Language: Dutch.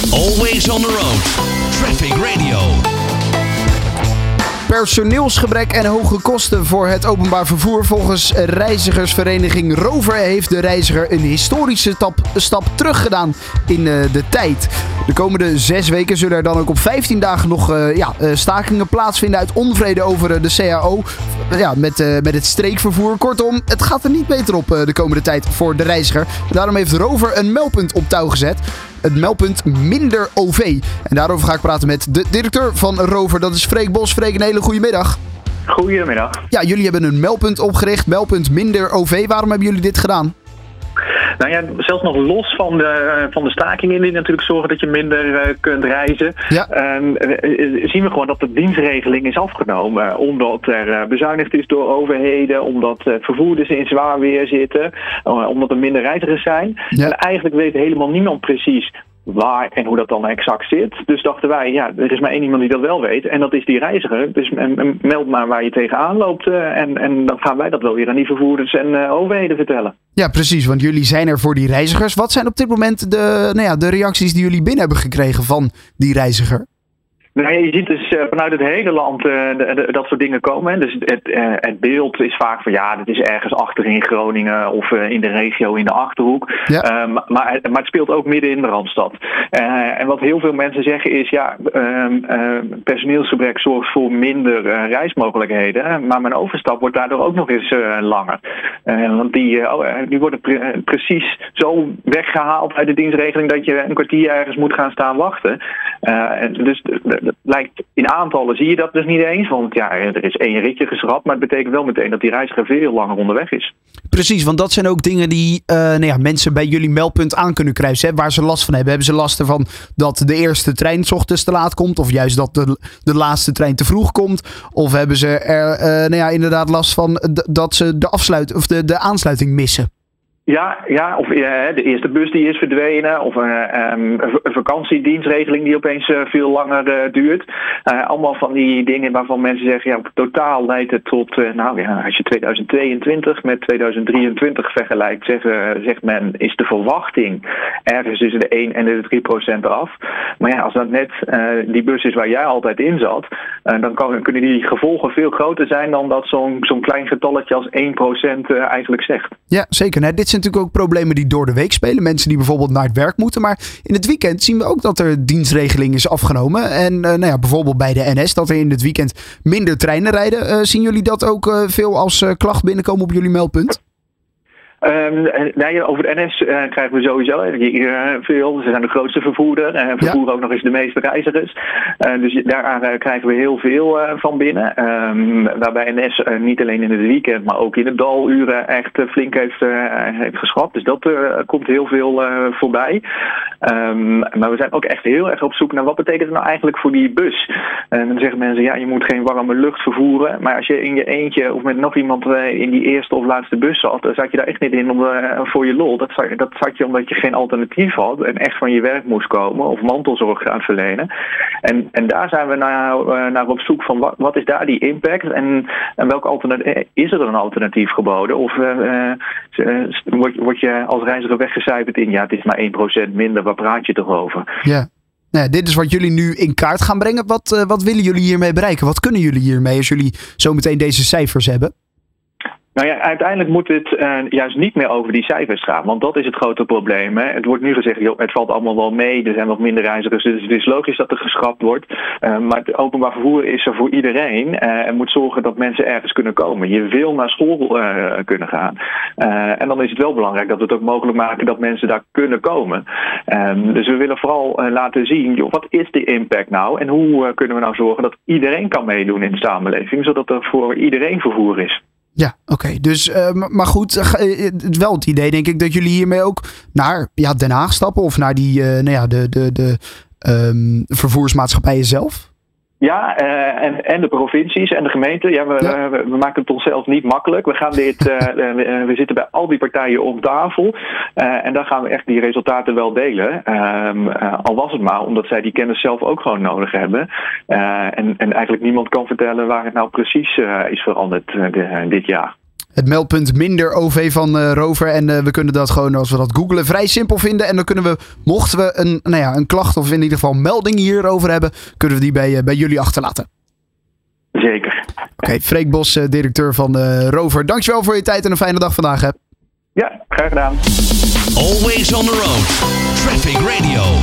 Always on the road. Traffic Radio. Personeelsgebrek en hoge kosten voor het openbaar vervoer. Volgens reizigersvereniging Rover heeft de reiziger een historische stap terug gedaan in de tijd. De komende 6 weken zullen er dan ook op 15 dagen nog stakingen plaatsvinden uit onvrede over de CAO. Met het streekvervoer. Kortom, het gaat er niet beter op de komende tijd voor de reiziger. Daarom heeft Rover een meldpunt op touw gezet. Het meldpunt Minder OV. En daarover ga ik praten met de directeur van Rover. Dat is Freek Bos. Freek, een hele goede middag. Goedemiddag. Ja, jullie hebben een meldpunt opgericht. Meldpunt Minder OV. Waarom hebben jullie dit gedaan? Nou ja, zelfs nog los van de stakingen die natuurlijk zorgen dat je minder kunt reizen. Ja. Zien we gewoon dat de dienstregeling is afgenomen. Omdat er bezuinigd is door overheden. Omdat vervoerders in zwaar weer zitten. Omdat er minder reizigers zijn. Ja. En eigenlijk weet helemaal niemand precies waar en hoe dat dan exact zit. Dus dachten wij, ja, er is maar één iemand die dat wel weet. En dat is die reiziger. Dus meld maar waar je tegenaan loopt. En dan gaan wij dat wel weer aan die vervoerders en overheden vertellen. Ja, precies. Want jullie zijn er voor die reizigers. Wat zijn op dit moment de reacties die jullie binnen hebben gekregen van die reiziger? Nou, je ziet dus vanuit het hele land dat soort dingen komen. Hè. Dus het beeld is vaak van ja, dit is ergens achter in Groningen of in de regio in de Achterhoek. Ja. Maar het speelt ook midden in de Randstad. En wat heel veel mensen zeggen is ja, personeelsgebrek zorgt voor minder reismogelijkheden. Maar mijn overstap wordt daardoor ook nog eens langer. Want die worden precies zo weggehaald uit de dienstregeling dat je een kwartier ergens moet gaan staan wachten. Dus lijkt in aantallen zie je dat dus niet eens. Want ja, er is 1 ritje geschrapt. Maar het betekent wel meteen dat die reiziger veel langer onderweg is. Precies, want dat zijn ook dingen die mensen bij jullie meldpunt aan kunnen kruisen. Hè, waar ze last van hebben. Hebben ze last ervan dat de eerste trein 's ochtends te laat komt? Of juist dat de laatste trein te vroeg komt? Of hebben ze er inderdaad last van dat ze de aansluiting missen? Ja, of de eerste bus die is verdwenen. Of een vakantiedienstregeling die opeens veel langer duurt. Allemaal van die dingen waarvan mensen zeggen, ja, op totaal leidt het tot, als je 2022 met 2023 vergelijkt, zegt men, is de verwachting ergens tussen de 1 en de 3% eraf. Maar ja, als dat net die bus is waar jij altijd in zat, dan kunnen die gevolgen veel groter zijn dan dat zo'n klein getalletje als 1% eigenlijk zegt. Ja, zeker. Dit zijn natuurlijk ook problemen die door de week spelen. Mensen die bijvoorbeeld naar het werk moeten. Maar in het weekend zien we ook dat er dienstregeling is afgenomen. En bijvoorbeeld bij de NS, dat er in het weekend minder treinen rijden. Zien jullie dat ook veel als klacht binnenkomen op jullie meldpunt? Over de NS krijgen we sowieso veel. Ze zijn de grootste vervoerder. Vervoeren ook nog eens de meeste reizigers. Dus daar krijgen we heel veel van binnen. Waarbij NS niet alleen in het weekend, maar ook in de daluren echt flink heeft geschrapt. Dus dat komt heel veel voorbij. Maar we zijn ook echt heel erg op zoek naar wat betekent het nou eigenlijk voor die bus. En dan zeggen mensen, ja, je moet geen warme lucht vervoeren. Maar als je in je eentje of met nog iemand in die eerste of laatste bus zat, dan zat je daar echt niet in voor je lol. Dat zat je omdat je geen alternatief had en echt van je werk moest komen of mantelzorg gaan verlenen. En daar zijn we naar op zoek van wat is daar die impact en welke alternatief is er een alternatief geboden? Of word je als reiziger weggecijferd in ja, het is maar 1% minder, waar praat je toch over? Ja. Nou, dit is wat jullie nu in kaart gaan brengen. Wat willen jullie hiermee bereiken? Wat kunnen jullie hiermee als jullie zometeen deze cijfers hebben? Nou ja, uiteindelijk moet het juist niet meer over die cijfers gaan. Want dat is het grote probleem. Hè. Het wordt nu gezegd, joh, het valt allemaal wel mee. Er zijn wat minder reizigers. Dus het is logisch dat er geschrapt wordt. Maar het openbaar vervoer is er voor iedereen. En moet zorgen dat mensen ergens kunnen komen. Je wil naar school kunnen gaan. En dan is het wel belangrijk dat we het ook mogelijk maken dat mensen daar kunnen komen. Dus we willen vooral laten zien, joh, wat is de impact nou? En hoe kunnen we nou zorgen dat iedereen kan meedoen in de samenleving. Zodat er voor iedereen vervoer is. Ja, oké. Dus, maar goed, wel het idee denk ik dat jullie hiermee ook naar Den Haag stappen of naar die, de vervoersmaatschappijen zelf? Ja, en de provincies en de gemeenten. Ja, we maken het onszelf niet makkelijk. We gaan we zitten bij al die partijen om tafel. En dan gaan we echt die resultaten wel delen. Al was het maar omdat zij die kennis zelf ook gewoon nodig hebben. En eigenlijk niemand kan vertellen waar het nou precies is veranderd dit jaar. het meldpunt minder OV van Rover. En we kunnen dat gewoon, als we dat googlen, vrij simpel vinden. En dan kunnen we, mochten we een klacht of in ieder geval melding hierover hebben, kunnen we die bij jullie achterlaten. Zeker. Oké, Freek Bos, directeur van Rover. Dankjewel voor je tijd en een fijne dag vandaag. Hè. Ja, graag gedaan. Always on the road. Traffic Radio.